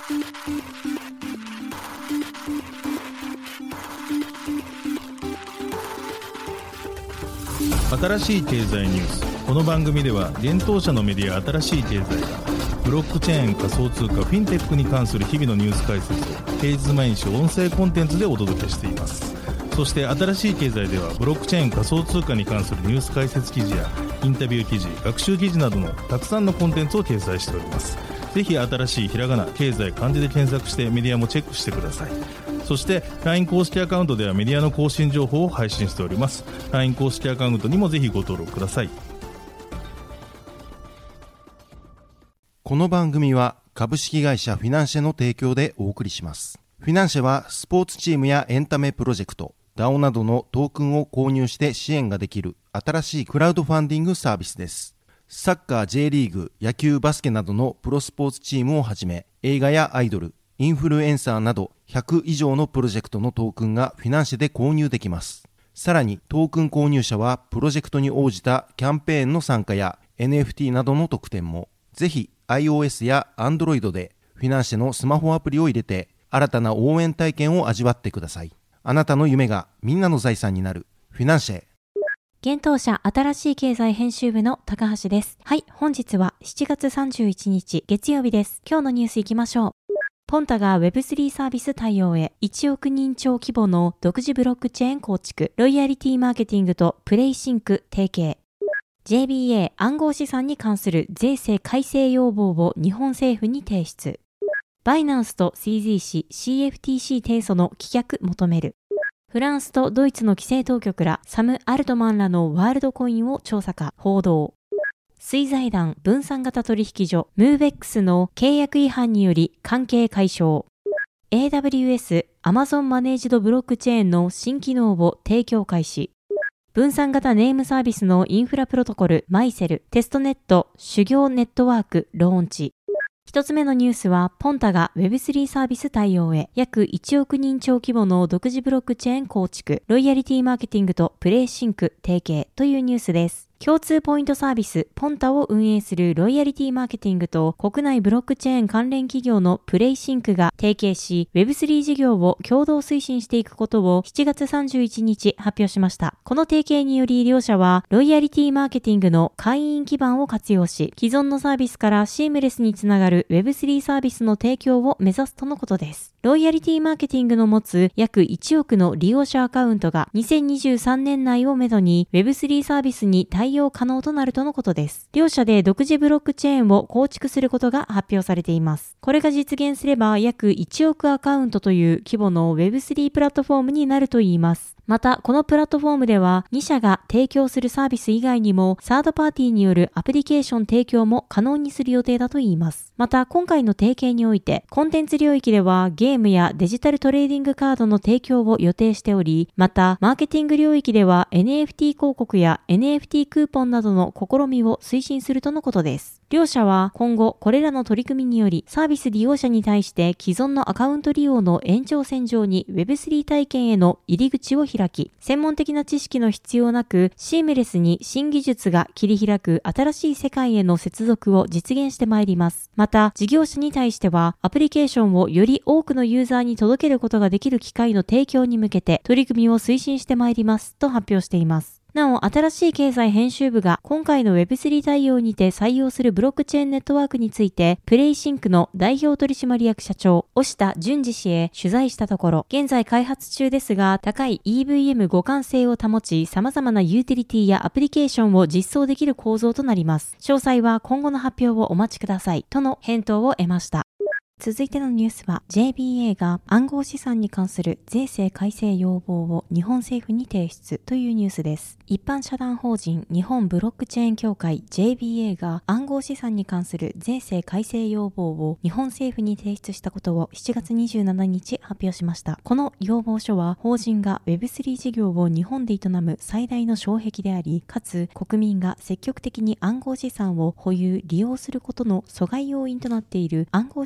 新しい経済ニュース。この番組では現当社のメディア新しい経済がブロックチェーン、仮想通貨、フィンテックに関する日々のニュース解説を平日毎日音声コンテンツでお届けしています。そして新しい経済ではブロックチェーン、仮想通貨に関するニュース解説記事やインタビュー記事、学習記事などのたくさんのコンテンツを掲載しております。ぜひ新しいひらがな、経済、漢字で検索してメディアもチェックしてください。そして LINE 公式アカウントではメディアの更新情報を配信しております。 LINE 公式アカウントにもぜひご登録ください。 この番組は株式会社フィナンシェの提供でお送りします。フィナンシェはスポーツチームやエンタメプロジェクト、DAO などのトークンを購入して支援ができる新しいクラウドファンディングサービスです。サッカー、J リーグ、野球、バスケなどのプロスポーツチームをはじめ、映画やアイドル、インフルエンサーなど100以上のプロジェクトのトークンがフィナンシェで購入できます。さらにトークン購入者はプロジェクトに応じたキャンペーンの参加や NFT などの特典も。ぜひ iOS や Android でフィナンシェのスマホアプリを入れて新たな応援体験を味わってください。あなたの夢がみんなの財産になるフィナンシェ。 現当社新しい経済編集部の高橋です。はい、本日は7月31日月曜日です。今日のニュースいきましょう。ポンタが Web3 サービス対応へ1億人超規模の独自ブロックチェーン構築、ロイヤリティマーケティングとプレイシンク提携。JBA 暗号資産に関する税制改正要望を日本政府に提出。バイナンスと CZ 氏 CFTC 提訴の棄却求める。フランスとドイツの規制当局らサム・アルトマンらのワールドコインを調査か報道。水財団分散型取引所ムーベックスの契約違反により関係解消。AWS アマゾンマネージドブロックチェーンの新機能を提供開始。分散型ネームサービスのインフラプロトコルマイセルテストネット修行ネットワークローンチ。一つ目のニュースは、ポンタが Web3 サービス対応へ約1億人超規模の独自ブロックチェーン構築、ロイヤリティマーケティングとプレイシンク提携というニュースです。共通ポイントサービスポンタを運営するロイヤリティマーケティングと国内ブロックチェーン関連企業のプレイシンクが提携し Web3 事業を共同推進していくことを7月31日発表しました。この提携により両社はロイヤリティマーケティングの会員基盤を活用し既存のサービスからシームレスにつながる Web3 サービスの提供を目指すとのことです。ロイヤリティマーケティングの持つ約1億の利用者アカウントが2023年内をめどに Web3 サービスに対応可能となるとのことです。両社で独自ブロックチェーンを構築することが発表されています。これが実現すれば約1億アカウントという規模の Web3 プラットフォームになるといいます。また、このプラットフォームでは2社が提供するサービス以外にもサードパーティーによるアプリケーション提供も可能にする予定だといいます。また、今回の提携においてコンテンツ領域ではゲームやデジタルトレーディングカードの提供を予定しており、またマーケティング領域では NFT 広告や NFT クーポンなどの試みを推進するとのことです。両社は今後これらの取り組みによりサービス利用者に対して既存のアカウント利用の延長線上に Web3 体験への入り口を開き、専門的な知識の必要なくシームレスに新技術が切り開く新しい世界への接続を実現してまいります。また事業者に対してはアプリケーションをより多くのユーザーに届けることができる機会の提供に向けて取り組みを推進してまいりますと発表しています。なお、新しい経済編集部が今回の Web3 対応にて採用するブロックチェーンネットワークについて、プレイシンクの代表取締役社長、押田淳二氏へ取材したところ、現在開発中ですが、高い EVM 互換性を保ち、様々なユーティリティやアプリケーションを実装できる構造となります。詳細は今後の発表をお待ちください。との返答を得ました。続いてのニュースは JBA が暗号資産に関する税制改正要望を日本政府に提出というニュースです。一般社団法人日本ブロックチェーン協会 JBA が暗号資産に関する税制改正要望を日本政府に提出したことを7月27日発表しました。この要望書は法人が Web3 事業を日本で営む最大の障壁であり、かつ国民が積極的に暗号資産を保有・利用することの阻害要因となっている暗号資産の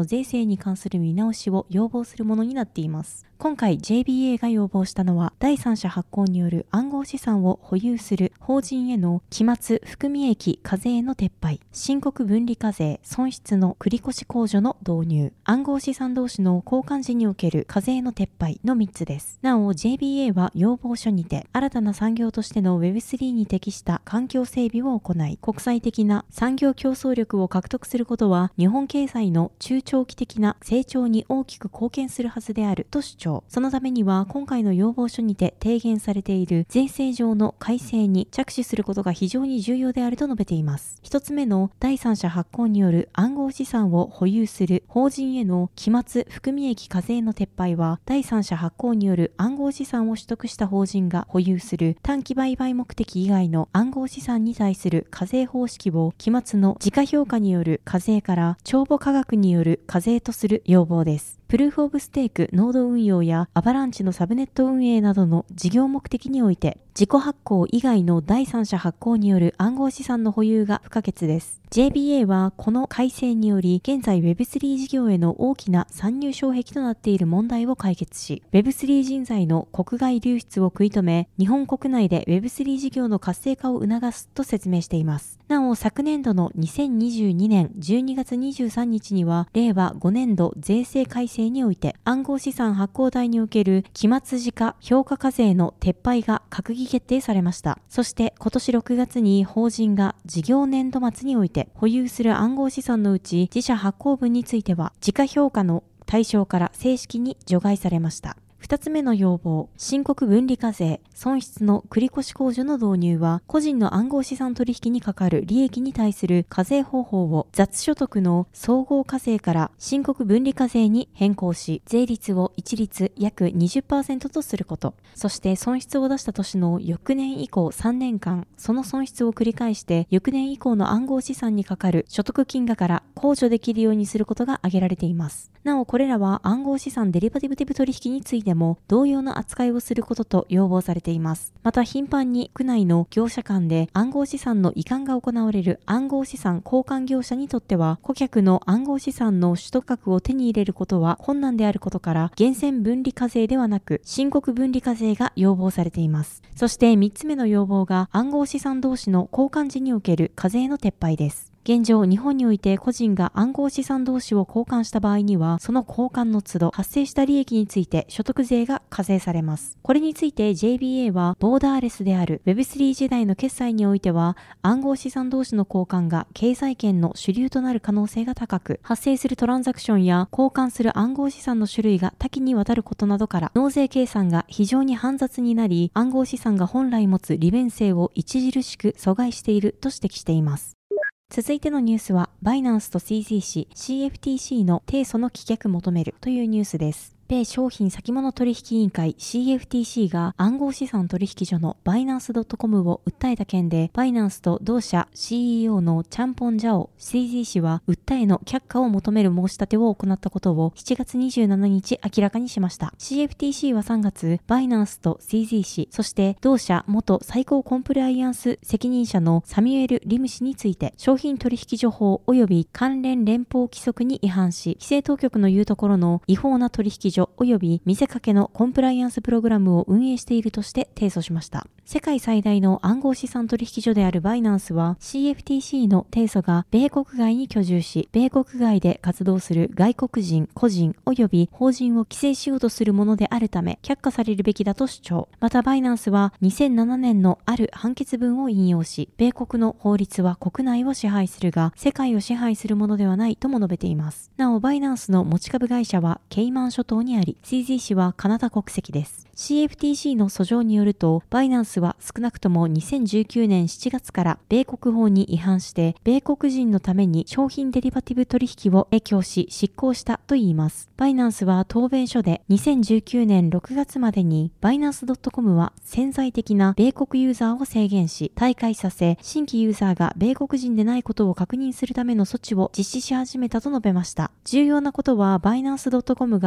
の税制に関する見直しを要望するものになっています。今回 JBA が要望したのは、第三者発行による暗号資産を保有する法人への期末含み益課税の撤廃、申告分離課税、損失の繰越控除の導入、暗号資産同士の交換時における課税の撤廃の3つです。なお JBA は要望書にて、新たな産業としての Web3 に適した環境整備を行い、国際的な産業競争力を獲得することは、日本経済の中長期的な成長に大きく貢献するはずであると主張。そのためには今回の要望書にて提言されている税制上の改正に着手することが非常に重要であると述べています。一つ目の第三者発行による暗号資産を保有する法人への期末含み益課税の撤廃は、第三者発行による暗号資産を取得した法人が保有する短期売買目的以外の暗号資産に対する課税方式を期末の時価評価による課税から帳簿価額による課税とする要望です。プルーフオブステークノード運用やアバランチのサブネット運営などの事業目的において、自己発行以外の第三者発行による暗号資産の保有が不可欠です。JBA はこの改正により、現在 Web3 事業への大きな参入障壁となっている問題を解決し、Web3 人材の国外流出を食い止め、日本国内で Web3 事業の活性化を促すと説明しています。なお、昨年度の2022年12月23日には、令和5年度税制改正において、暗号資産発行代における期末時価評価課税の撤廃が閣議決定されました。そして今年6月に法人が事業年度末において保有する暗号資産のうち自社発行分については時価評価の対象から正式に除外されました。二つ目の要望、申告分離課税、損失の繰越控除の導入は、個人の暗号資産取引にかかる利益に対する課税方法を雑所得の総合課税から申告分離課税に変更し、税率を一律約 20% とすること。そして損失を出した年の翌年以降3年間、その損失を繰り返して翌年以降の暗号資産にかかる所得金額から控除できるようにすることが挙げられています。なおこれらは暗号資産デリバティブ取引についても同様の扱いをすることと要望されています。また頻繁に区内の業者間で暗号資産の移管が行われる暗号資産交換業者にとっては、顧客の暗号資産の取得額を手に入れることは困難であることから、源泉分離課税ではなく申告分離課税が要望されています。そして3つ目の要望が暗号資産同士の交換時における課税の撤廃です。現状、日本において個人が暗号資産同士を交換した場合には、その交換の都度発生した利益について所得税が課税されます。これについて JBA は、ボーダーレスである Web3 時代の決済においては、暗号資産同士の交換が経済圏の主流となる可能性が高く、発生するトランザクションや交換する暗号資産の種類が多岐にわたることなどから、納税計算が非常に煩雑になり、暗号資産が本来持つ利便性を著しく阻害していると指摘しています。続いてのニュースは、バイナンスと CZ 氏 CFTC の提訴の棄却求めるというニュースです。米商品先物取引委員会 CFTC が暗号資産取引所のバイナンス .com を訴えた件で、バイナンスと同社 CEO のチャンポンジャオ CZ 氏は訴えの却下を求める申し立てを行ったことを7月27日明らかにしました。CFTC は3月、バイナンスと CZ 氏、そして同社元最高コンプライアンス責任者のサミュエル・リム氏について、商品取引所法及び関連連邦規則に違反し、規制当局の言うところの違法な取引所及び見せかけのコンプライアンスプログラムを運営しているとして提訴しました。世界最大の暗号資産取引所であるバイナンスは CFTC の提訴が米国外に居住し、米国外で活動する外国人、個人及び法人を規制しようとするものであるため却下されるべきだと主張。またバイナンスは2007年のある判決文を引用し、米国の法律は国内を支配するが世界を支配するものではないとも述べています。なおバイナンスの持ち株会社はケイマン諸島にあり、CZ 氏はカナダ国籍です。CFTC の訴状によると、バイナンスは少なくとも2019年7月から米国法に違反して、米国人のために商品デリバティブ取引を提供し執行したといいます。バイナンスは答弁書で2019年6月までにバイナンス .com は潜在的な米国ユーザーを制限し、退会させ、新規ユーザーが米国人でないことを確認するための措置を実施し始めたと述べました。重要なことは、バイナンス .com が疑惑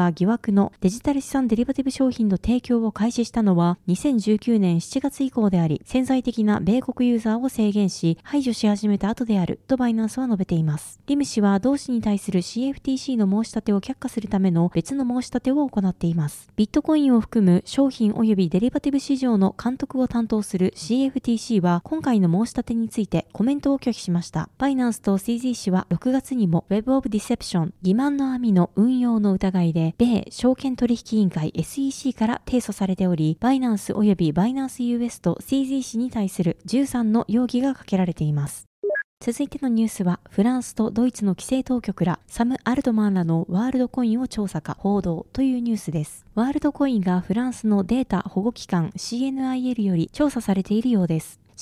格のデジタル資産デリバティブ商品の提供を開始したのは2019年7月以降であり、潜在的な米国ユーザーを制限し排除し始めた後であるとバイナンスは述べています。リム氏は同氏に対する CFTC の申し立てを却下するための別の申し立てを行っています。ビットコインを含む商品及びデリバティブ市場の監督を担当する CFTC は今回の申し立てについてコメントを拒否しました。バイナンスと CZ 氏は6月にも Web of Deception 欺瞞の網の運用の疑いで米証券取引委員会 SEC から提訴されており、バイナンス及びバイナンス US と CZ 氏に対する13の容疑がかけられています。続いてのニュースは、フランスとドイツの規制当局らサム・アルトマンらのワールドコインを調査か報道というニュースです。ワールドコインがフランスのデータ保護機関 CNIL より調査されているようです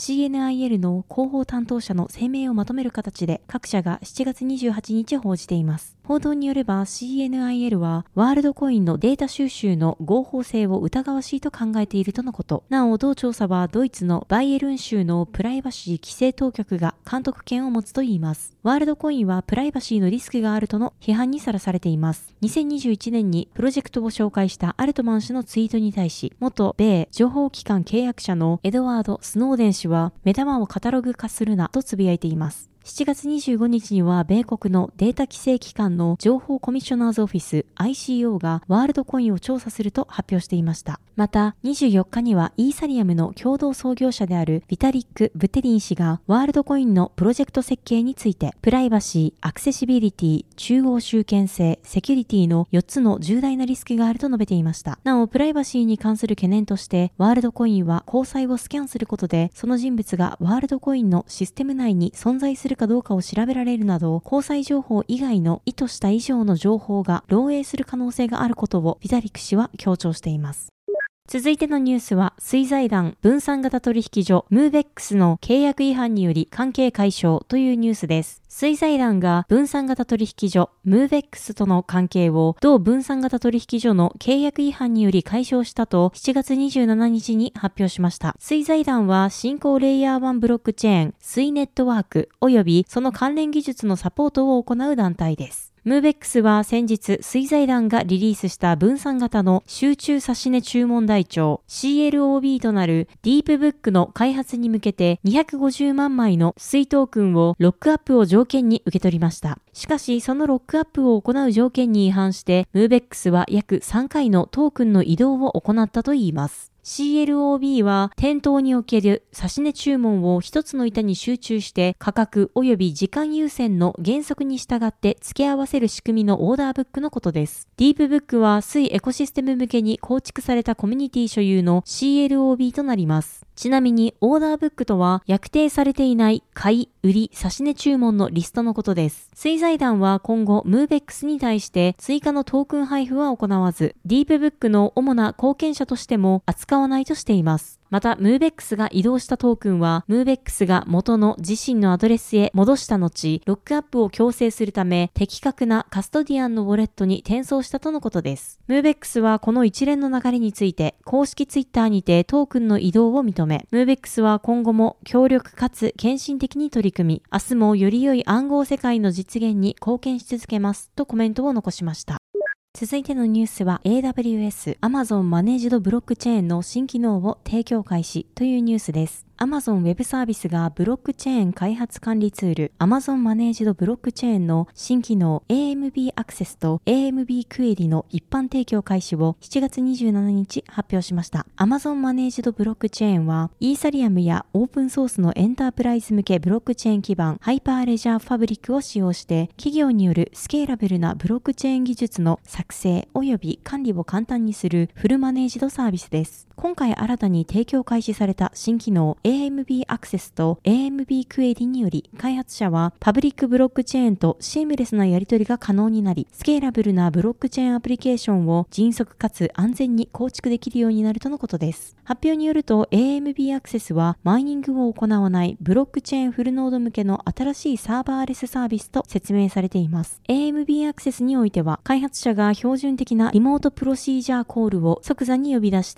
。CNIL の広報担当者の声明をまとめる形で各社が7月28日報じています。報道によれば CNIL はワールドコインのデータ収集の合法性を疑わしいと考えているとのこと。なお、同調査はドイツのバイエルン州のプライバシー規制当局が監督権を持つといいます。ワールドコインはプライバシーのリスクがあるとの批判にさらされています。2021年にプロジェクトを紹介したアルトマン氏のツイートに対し、元米情報機関契約者のエドワード・スノーデン氏は目玉をカタログ化するなとつぶやいています。7月25日には米国のデータ規制機関の情報コミッショナーズオフィス ICO がワールドコインを調査すると発表していました。また24日にはイーサリアムの共同創業者であるビタリック・ブテリン氏がワールドコインのプロジェクト設計についてプライバシー、アクセシビリティ、中央集権性、セキュリティの4つの重大なリスクがあると述べていました。なお、プライバシーに関する懸念としてワールドコインは公債をスキャンすることでその人物がワールドコインのシステム内に存在するかどうかを調べられるなど、交際情報以外の意図した以上の情報が漏洩する可能性があることをビタリック氏は強調しています。続いてのニュースは、水財団分散型取引所ムーベックスの契約違反により関係解消というニュースです。水財団が分散型取引所ムーベックスとの関係を同分散型取引所の契約違反により解消したと7月27日に発表しました。水財団は新興レイヤー1ブロックチェーン水ネットワーク及びその関連技術のサポートを行う団体です。ムーベックスは先日、水財団がリリースした分散型の集中指値注文台帳 CLOB となるディープブックの開発に向けて250万枚の水トークンをロックアップを条件に受け取りました。しかし、そのロックアップを行う条件に違反して、ムーベックスは約3回のトークンの移動を行ったといいます。CLOB は店頭における指値注文を一つの板に集中して価格及び時間優先の原則に従って付け合わせる仕組みのオーダーブックのことです。ディープブックは水エコシステム向けに構築されたコミュニティ所有の CLOB となります。ちなみにオーダーブックとは約定されていない買い、売り、指値注文のリストのことです。水財団は今後ムーベックスに対して追加のトークン配布は行わず、ディープブックの主な後見者としても扱わないとしています。また、ムーベックスが移動したトークンは、ムーベックスが元の自身のアドレスへ戻した後、ロックアップを強制するため、的確なカストディアンのウォレットに転送したとのことです。ムーベックスはこの一連の流れについて、公式ツイッターにてトークンの移動を認め、ムーベックスは今後も強力かつ献身的に取り組み、明日もより良い暗号世界の実現に貢献し続けますとコメントを残しました。続いてのニュースは AWS Amazon マネージドブロックチェーンの新機能を提供開始というニュースです。Amazon Web サービスがブロックチェーン開発管理ツール Amazon マネージドブロックチェーンの新機能 AMB アクセスと AMB クエリの一般提供開始を7月27日発表しました。Amazon マネージドブロックチェーンはイーサリアムやオープンソースのエンタープライズ向けブロックチェーン基盤ハイパーレジャーファブリックを使用して企業によるスケーラブルなブロックチェーン技術の作成及び管理を簡単にするフルマネージドサービスです。今回新たに提供開始された新機能 AMB アクセスと AMB クエリにより開発者はパブリックブロックチェーンとシームレスなやり取りが可能になりスケーラブルなブロックチェーンアプリケーションを迅速かつ安全に構築できるようになるとのことです。発表によると AMB アクセスはマイニングを行わないブロックチェーンフルノード向けの新しいサーバーレスサービスと説明されています。AMB アクセスにおいては開発者が標準的なリモートプロシージャーコールを即座に呼び出して特別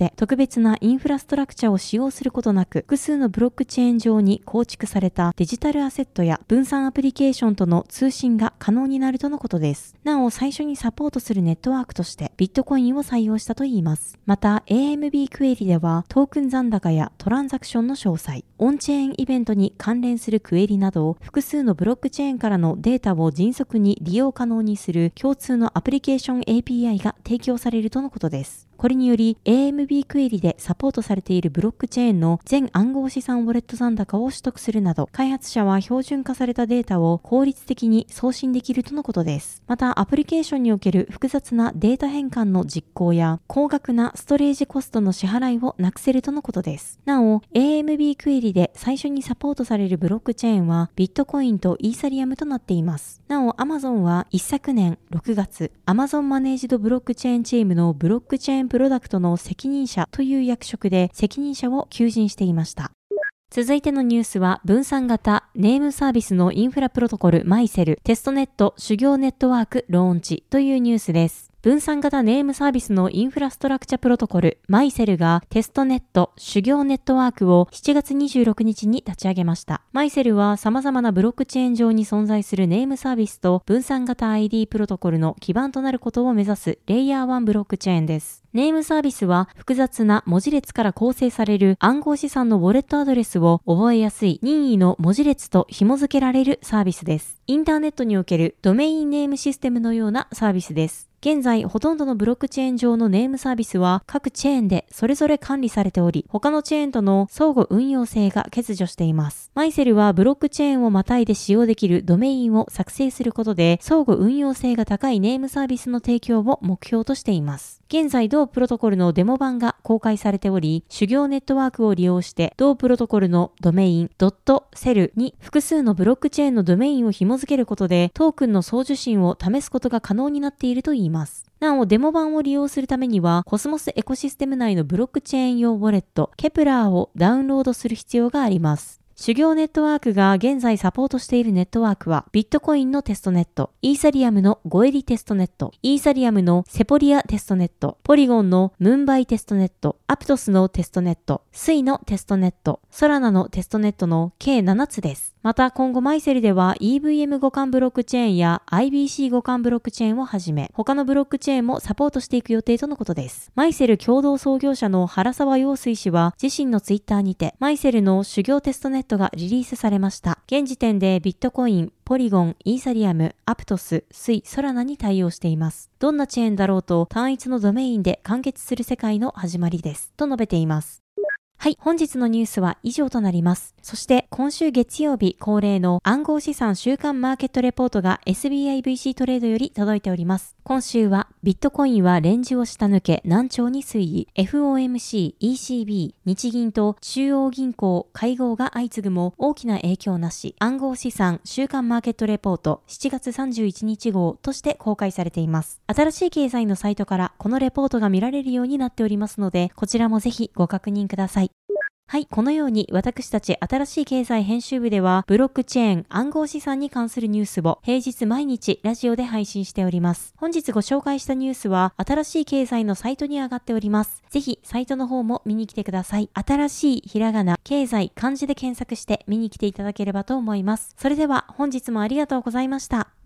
別なインフラストラクチャを使用することなく、複数のブロックチェーン上に構築されたデジタルアセットや分散アプリケーションとの通信が可能になるとのことです。なお、最初にサポートするネットワークとしてビットコインを採用したといいます。また、AMB クエリではトークン残高やトランザクションの詳細、オンチェーンイベントに関連するクエリなど、複数のブロックチェーンからのデータを迅速に利用可能にする共通のアプリケーション API が提供されるとのことです。これにより AMB クエリでサポートされているブロックチェーンの全暗号資産ウォレット残高を取得するなど、開発者は標準化されたデータを効率的に送信できるとのことです。また、アプリケーションにおける複雑なデータ変換の実行や高額なストレージコストの支払いをなくせるとのことです。なお、AMB クエリで最初にサポートされるブロックチェーンはビットコインとイーサリアムとなっています。なお、Amazon は一昨年6月、Amazon マネージドブロックチェーンチームのブロックチェーンプロダクトの責任者という役職で責任者を求人していました。続いてのニュースは、分散型ネームサービスのインフラプロトコルマイセルテストネット修行ネットワークローンチというニュースです。分散型ネームサービスのインフラストラクチャプロトコルマイセルがテストネット修行ネットワークを7月26日に立ち上げました。マイセルは様々なブロックチェーン上に存在するネームサービスと分散型 ID プロトコルの基盤となることを目指すレイヤー1ブロックチェーンです。ネームサービスは複雑な文字列から構成される暗号資産のウォレットアドレスを覚えやすい任意の文字列と紐付けられるサービスです。インターネットにおけるドメインネームシステムのようなサービスです。現在、ほとんどのブロックチェーン上のネームサービスは各チェーンでそれぞれ管理されており、他のチェーンとの相互運用性が欠如しています。マイセルはブロックチェーンをまたいで使用できるドメインを作成することで、相互運用性が高いネームサービスの提供を目標としています。現在、同プロトコルのデモ版が公開されており、修行ネットワークを利用して、同プロトコルのドメイン .cell に複数のブロックチェーンのドメインを紐付けることで、トークンの送受信を試すことが可能になっているといいます。なお、デモ版を利用するためには、コスモスエコシステム内のブロックチェーン用ウォレット、ケプラーをダウンロードする必要があります。修行ネットワークが現在サポートしているネットワークは、ビットコインのテストネット、イーサリアムのゴエリテストネット、イーサリアムのセポリアテストネット、ポリゴンのムンバイテストネット、アプトスのテストネット、スイのテストネット、ソラナのテストネットの計7つです。また今後マイセルでは EVM 互換ブロックチェーンや IBC 互換ブロックチェーンをはじめ、他のブロックチェーンもサポートしていく予定とのことです。マイセル共同創業者の原沢陽水氏は自身のツイッターにて、マイセルの修行テストネットがリリースされました。現時点でビットコイン、ポリゴン、イーサリアム、アプトス、スイ、ソラナに対応しています。どんなチェーンだろうと単一のドメインで完結する世界の始まりです。と述べています。はい、本日のニュースは以上となります。そして今週月曜日恒例の暗号資産週間マーケットレポートが SBIVC トレードより届いております。今週はビットコインはレンジを下抜け軟調に推移、FOMC、ECB、日銀と中央銀行会合が相次ぐも大きな影響なし、暗号資産週間マーケットレポート7月31日号として公開されています。新しい経済のサイトからこのレポートが見られるようになっておりますので、こちらもぜひご確認ください。はい、このように私たち新しい経済編集部ではブロックチェーン、暗号資産に関するニュースを平日毎日ラジオで配信しております。本日ご紹介したニュースは新しい経済のサイトに上がっております。ぜひサイトの方も見に来てください。新しいひらがな、経済、漢字で検索して見に来ていただければと思います。それでは本日もありがとうございました。